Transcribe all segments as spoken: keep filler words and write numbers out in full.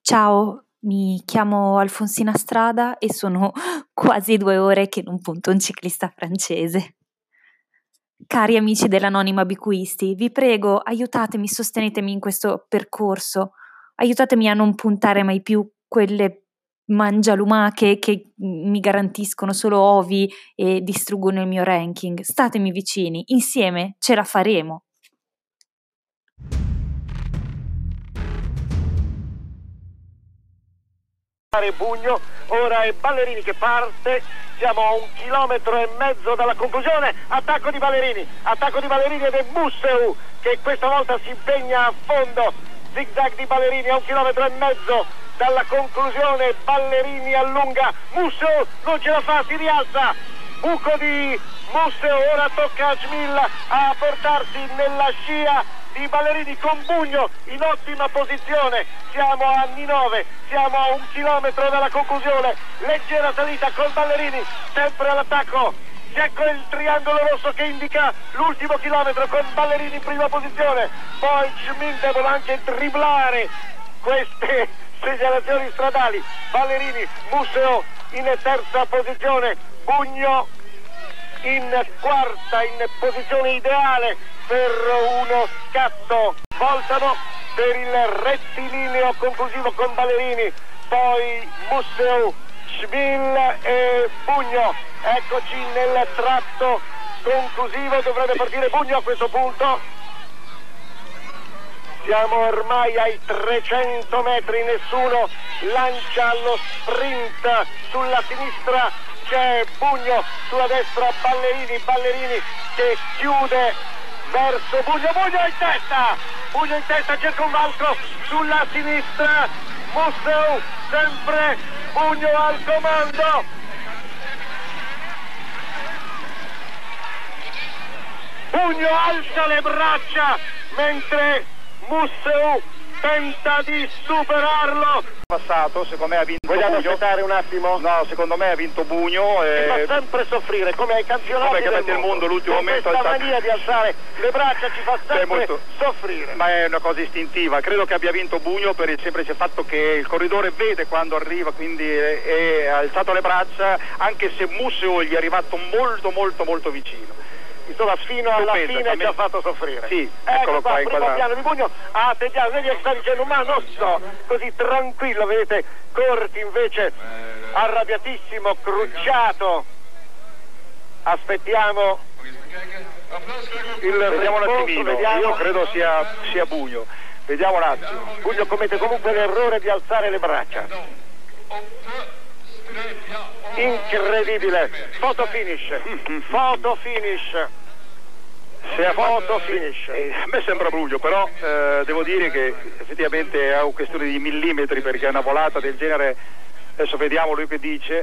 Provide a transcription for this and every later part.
Ciao, mi chiamo Alfonsina Strada e sono quasi due ore che non punto un ciclista francese. Cari amici dell'Anonima Bicuisti, vi prego, aiutatemi, sostenetemi in questo percorso. Aiutatemi a non puntare mai più quelle mangialumache che mi garantiscono solo ovi e distruggono il mio ranking. Statemi vicini, insieme ce la faremo. Bugno, ora è Ballerini che parte, siamo a un chilometro e mezzo dalla conclusione, attacco di Ballerini, attacco di Ballerini ed è Musseu che questa volta si impegna a fondo, zigzag di Ballerini a un chilometro e mezzo dalla conclusione, Ballerini allunga, Musseu non ce la fa, si rialza, buco di Musseu, ora tocca a Schmil a portarsi nella scia di Ballerini con Bugno in ottima posizione, siamo a anni nove, siamo a un chilometro dalla conclusione, leggera salita con Ballerini, sempre all'attacco, ecco il triangolo rosso che indica l'ultimo chilometro con Ballerini in prima posizione, poi Schmil devono anche driblare queste segnalazioni stradali, Ballerini, Musseo in terza posizione, Bugno in quarta, in posizione ideale per uno scatto, voltano per il rettilineo conclusivo con Ballerini, poi Musseu, Schmil e Bugno, eccoci nel tratto conclusivo, dovrebbe partire Bugno a questo punto, siamo ormai ai trecento metri, nessuno lancia lo sprint, sulla sinistra c'è Bugno, sulla destra Ballerini, Ballerini che chiude verso Bugno, Bugno in testa, Bugno in testa, cerca un altro sulla sinistra, Musseu, sempre Bugno al comando, Bugno alza le braccia mentre Musseu tenta di superarlo. Passato, secondo me ha vinto Vogliamo Bugno. aspettare un attimo? No, secondo me ha vinto Bugno. E... Mi fa sempre soffrire, come ai campionati Vabbè, che del mette il mondo. mondo l'ultimo Con momento. Questa Alzato... mania di alzare le braccia ci fa sempre molto... soffrire. Ma è una cosa istintiva. Credo che abbia vinto Bugno per il semplice fatto che il corridore vede quando arriva, quindi è, è alzato le braccia, anche se Musseo gli è arrivato molto molto molto vicino. Insomma, fino alla Stupendo, fine me... ci ha fatto soffrire. Sì, ecco eccolo qua, qua, primo inquadrato. piano di Bugno, attenzione, vedi che sta dicendo, ma non so, così tranquillo, vedete, Corti invece arrabbiatissimo, crucciato. Aspettiamo il Vediamo un risposto, attimino, vediamo. io credo sia, sia Bugno. Vediamo un attimo. Bugno commette comunque l'errore di alzare le braccia. Incredibile, foto finish, foto finish, Se ha foto finish. Eh, a me sembra Bugno, però eh, devo dire che effettivamente è una questione di millimetri, perché una volata del genere, adesso vediamo lui che dice.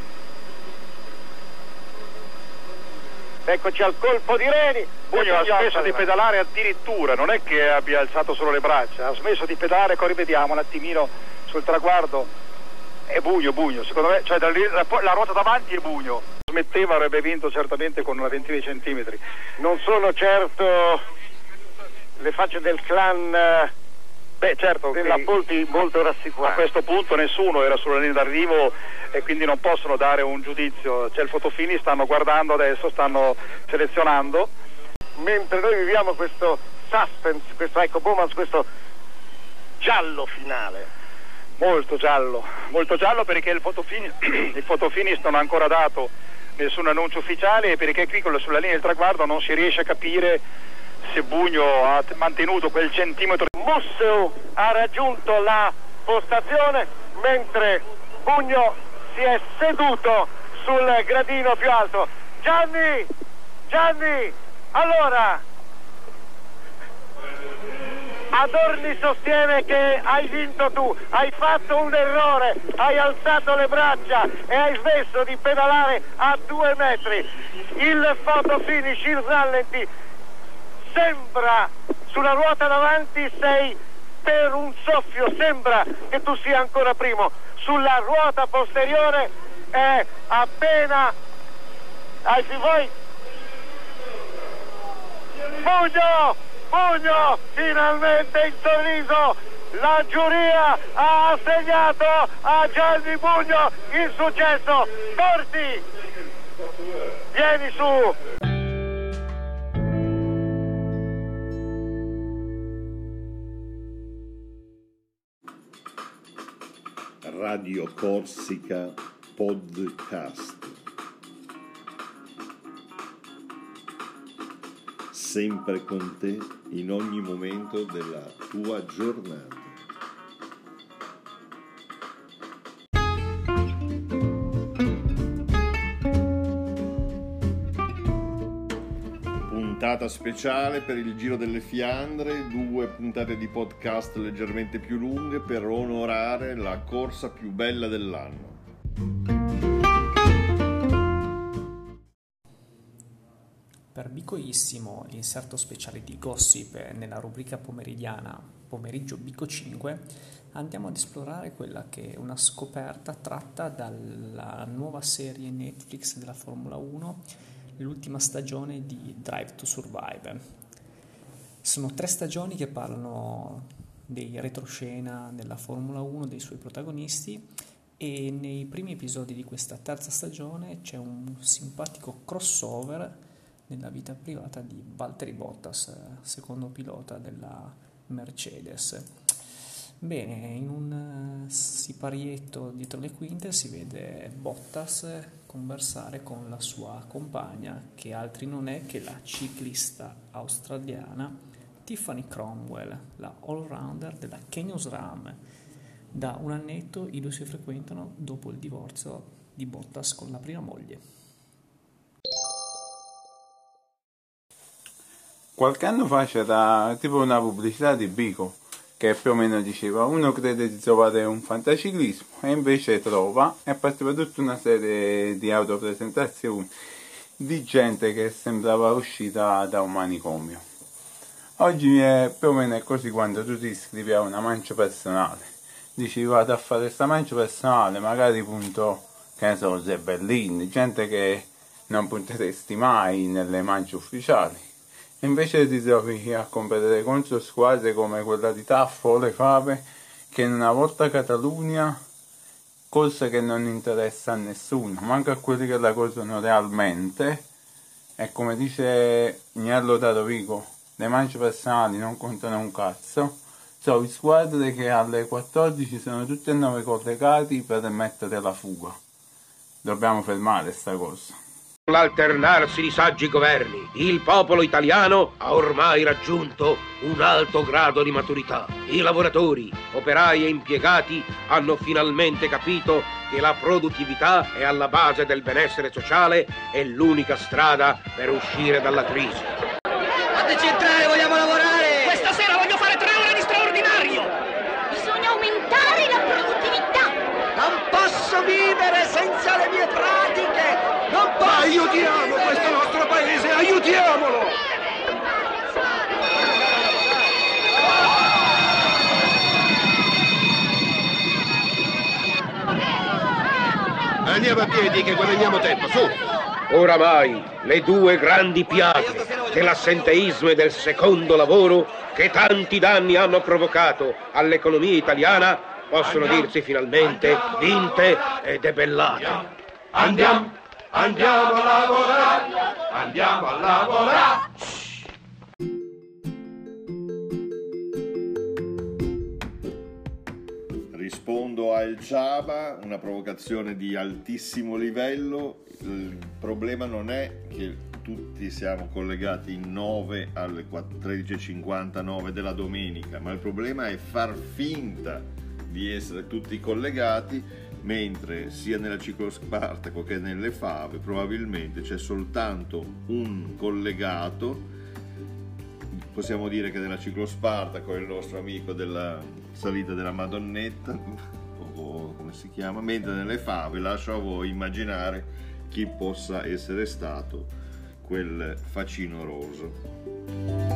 Eccoci al colpo di Reni. Bugno ha smesso di pedalare addirittura, non è che abbia alzato solo le braccia, ha smesso di pedalare, poi rivediamo un attimino sul traguardo. È Bugno, Bugno, secondo me, cioè la, la, la ruota davanti è Bugno. Smetteva, avrebbe vinto certamente con una ventina di centimetri. Non sono certo le facce del clan Beh, certo, della che, Polti molto a rassicuranti. questo punto nessuno era sulla linea d'arrivo e quindi non possono dare un giudizio. C'è il fotofini, stanno guardando adesso, stanno selezionando. Mentre noi viviamo questo suspense, questo ecco Bowman, questo giallo finale. Molto giallo, molto giallo perché il fotofini, il fotofinish non ha ancora dato nessun annuncio ufficiale e perché qui sulla linea del traguardo non si riesce a capire se Bugno ha mantenuto quel centimetro. Musseu ha raggiunto la postazione mentre Bugno si è seduto sul gradino più alto. Gianni, Gianni, allora Adorni sostiene che hai vinto tu, hai fatto un errore, hai alzato le braccia e hai smesso di pedalare a due metri. Il photo finish, il rallenti, sembra sulla ruota davanti sei per un soffio, sembra che tu sia ancora primo. Sulla ruota posteriore è appena ai pivot. Bugno! Bugno! Finalmente il sorriso La giuria ha assegnato a Gianni Bugno il successo. Corti, vieni su. Radio Corsica Podcast. Sempre con te in ogni momento della tua giornata. Puntata speciale per il Giro delle Fiandre, due puntate di podcast leggermente più lunghe per onorare la corsa più bella dell'anno. Per Bicoissimo, l'inserto speciale di Gossip nella rubrica pomeridiana Pomeriggio Bico cinque, andiamo ad esplorare quella che è una scoperta tratta dalla nuova serie Netflix della Formula uno, l'ultima stagione di Drive to Survive. Sono tre stagioni che parlano dei retroscena della Formula uno, dei suoi protagonisti, e nei primi episodi di questa terza stagione c'è un simpatico crossover nella vita privata di Valtteri Bottas, secondo pilota della Mercedes. Bene, in un siparietto dietro le quinte si vede Bottas conversare con la sua compagna, che altri non è che la ciclista australiana Tiffany Cromwell, la all-rounder della Canyon SRAM. Da un annetto i due si frequentano dopo il divorzio di Bottas con la prima moglie. Qualche anno fa c'era tipo una pubblicità di Bico che più o meno diceva: uno crede di trovare un fantaciclismo e invece trova, e partiva tutta una serie di autopresentazioni di gente che sembrava uscita da un manicomio. Oggi è più o meno così: quando tu ti iscrivi a una mancia personale, dici vado a fare questa mancia personale, magari punto, che ne so, Zebellin, gente che non punteresti mai nelle mance ufficiali. Invece ti trovi a competere contro squadre come quella di Taffo o le Fave, che in una volta Catalunya, corsa che non interessa a nessuno, manca a quelli che la corrono realmente. E come dice Gnello Tarovico, le mance personali non contano un cazzo. Sono squadre che alle quattordici sono tutte e nove collegati per mettere la fuga. Dobbiamo fermare sta cosa. L'alternarsi di saggi governi, il popolo italiano ha ormai raggiunto un alto grado di maturità. I lavoratori, operai e impiegati hanno finalmente capito che la produttività è alla base del benessere sociale e l'unica strada per uscire dalla crisi. Fateci entrare, vogliamo lavorare! Questa sera voglio fare tre ore di straordinario! Bisogna aumentare la produttività! Non posso vivere senza le mie pratiche! Non posso! Aiutiamo questo nostro paese, aiutiamolo! Andiamo a piedi che guadagniamo tempo, su! Oramai le due grandi piaghe dell'assenteismo e del secondo lavoro, che tanti danni hanno provocato all'economia italiana, possono dirsi finalmente vinte e debellate. Andiamo! Andiamo a lavorare, andiamo a lavorare. Rispondo a El Ciaba, una provocazione di altissimo livello. Il problema non è che tutti siamo collegati in nove alle tredici e cinquantanove della domenica, ma il problema è far finta di essere tutti collegati, mentre sia nella ciclospartaco che nelle Fave probabilmente c'è soltanto un collegato. Possiamo dire che nella ciclospartaco è il nostro amico della salita della Madonnetta, o come si chiama, mentre nelle Fave lascio a voi immaginare chi possa essere stato quel facino roso.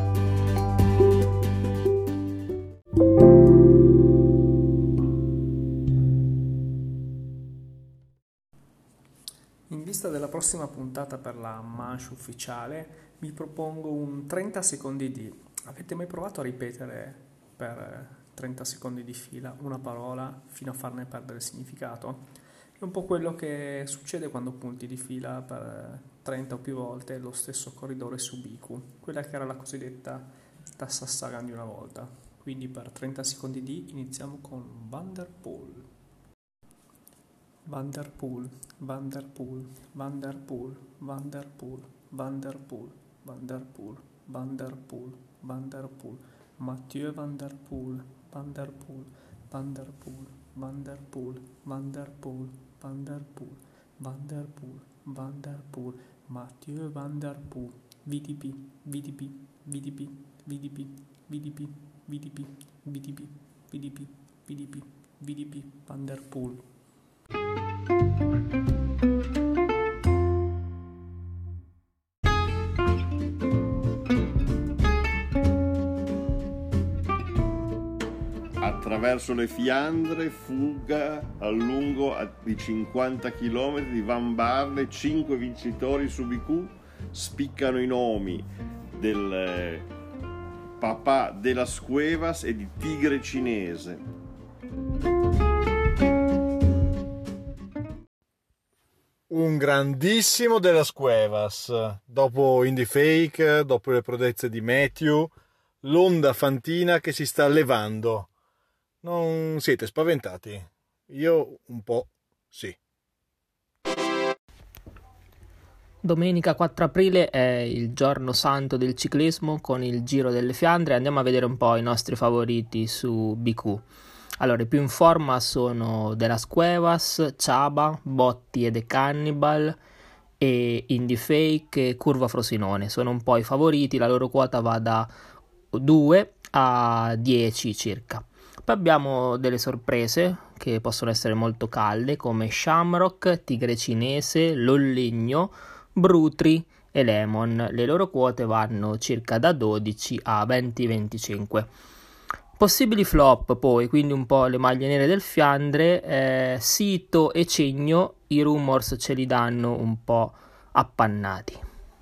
In vista della prossima puntata per la manche ufficiale, vi propongo un trenta secondi di... Avete mai provato a ripetere per trenta secondi di fila una parola fino a farne perdere il significato. È un po' quello che succede quando punti di fila per trenta o più volte lo stesso corridore su Biku, quella che era la cosiddetta Tassa Sagan di una volta. Quindi per trenta secondi di iniziamo con Van der Poel. Van der Poel, Van der Poel, Van der Poel, Van der Poel, Van der Poel, Van der Poel, Van der Poel, Van der Poel, Mathieu Van der Poel, Van der Poel, Van der Poel, Van der Poel, Van der Poel, Van der Poel, Van der Poel, Van der Poel, Mathieu Van der Poel, V D P, V D P, V D P, V D P, V D P, V D P, V D P, V D P, V D P, V D P, Van der Poel. Attraverso le Fiandre, fuga a lungo di cinquanta chilometri di Van Baarle, cinque vincitori su Biku, spiccano i nomi del eh, papà de las Cuevas e di Tigre Cinese. Un grandissimo de las Cuevas, dopo Indy Fake, dopo le prodezze di Matthew, l'onda fantina che si sta levando. Non siete spaventati? Io un po' sì. Domenica quattro aprile è il giorno santo del ciclismo con il Giro delle Fiandre. Andiamo a vedere un po' i nostri favoriti su Biku. Allora, i più in forma sono De las Cuevas, Chaba, Botti e The Cannibal e Indy Fake e Curva Frosinone. Sono un po' i favoriti, la loro quota va da due a dieci circa. Poi abbiamo delle sorprese che possono essere molto calde come Shamrock, Tigre Cinese, Lolligno, Brutri e Lemon. Le loro quote vanno circa da dodici a venti venticinque. Possibili flop poi, quindi un po' le maglie nere del Fiandre, eh, Sito e Cigno, i rumors ce li danno un po' appannati.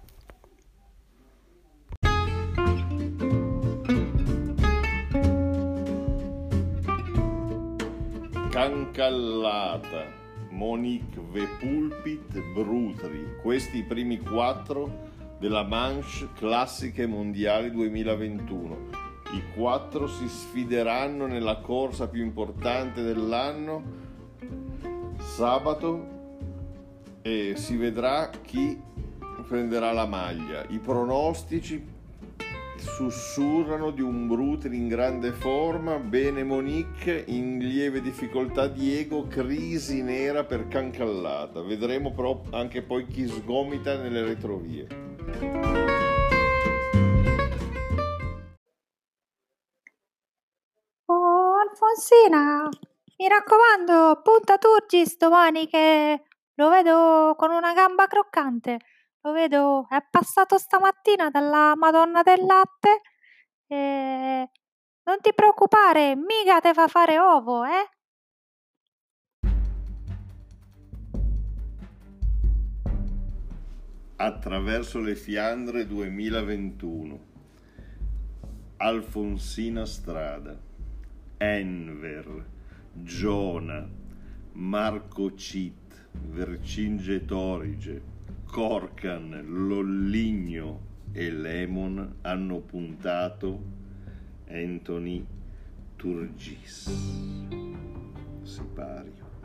Cancallata, Monique Vepulpit, Brutri, questi i primi quattro della Manche Classiche Mondiali duemilaventuno. I quattro si sfideranno nella corsa più importante dell'anno sabato e si vedrà chi prenderà la maglia. I pronostici sussurrano di un Brutri in grande forma, bene Monique, in lieve difficoltà Diego, crisi nera per Cancallata. Vedremo però anche poi chi sgomita nelle retrovie. Oh, Alfonsina, mi raccomando, punta Turgis domani che lo vedo con una gamba croccante. Lo vedo, è passato stamattina dalla Madonna del Latte e non ti preoccupare, mica te fa fare ovo, eh? Attraverso le Fiandre duemilaventuno. Alfonsina Strada, Enver, Giona, Marco Cit, Vercingetorige, Corcan, Lolligno e Lemon hanno puntato Anthony Turgis. Sipario.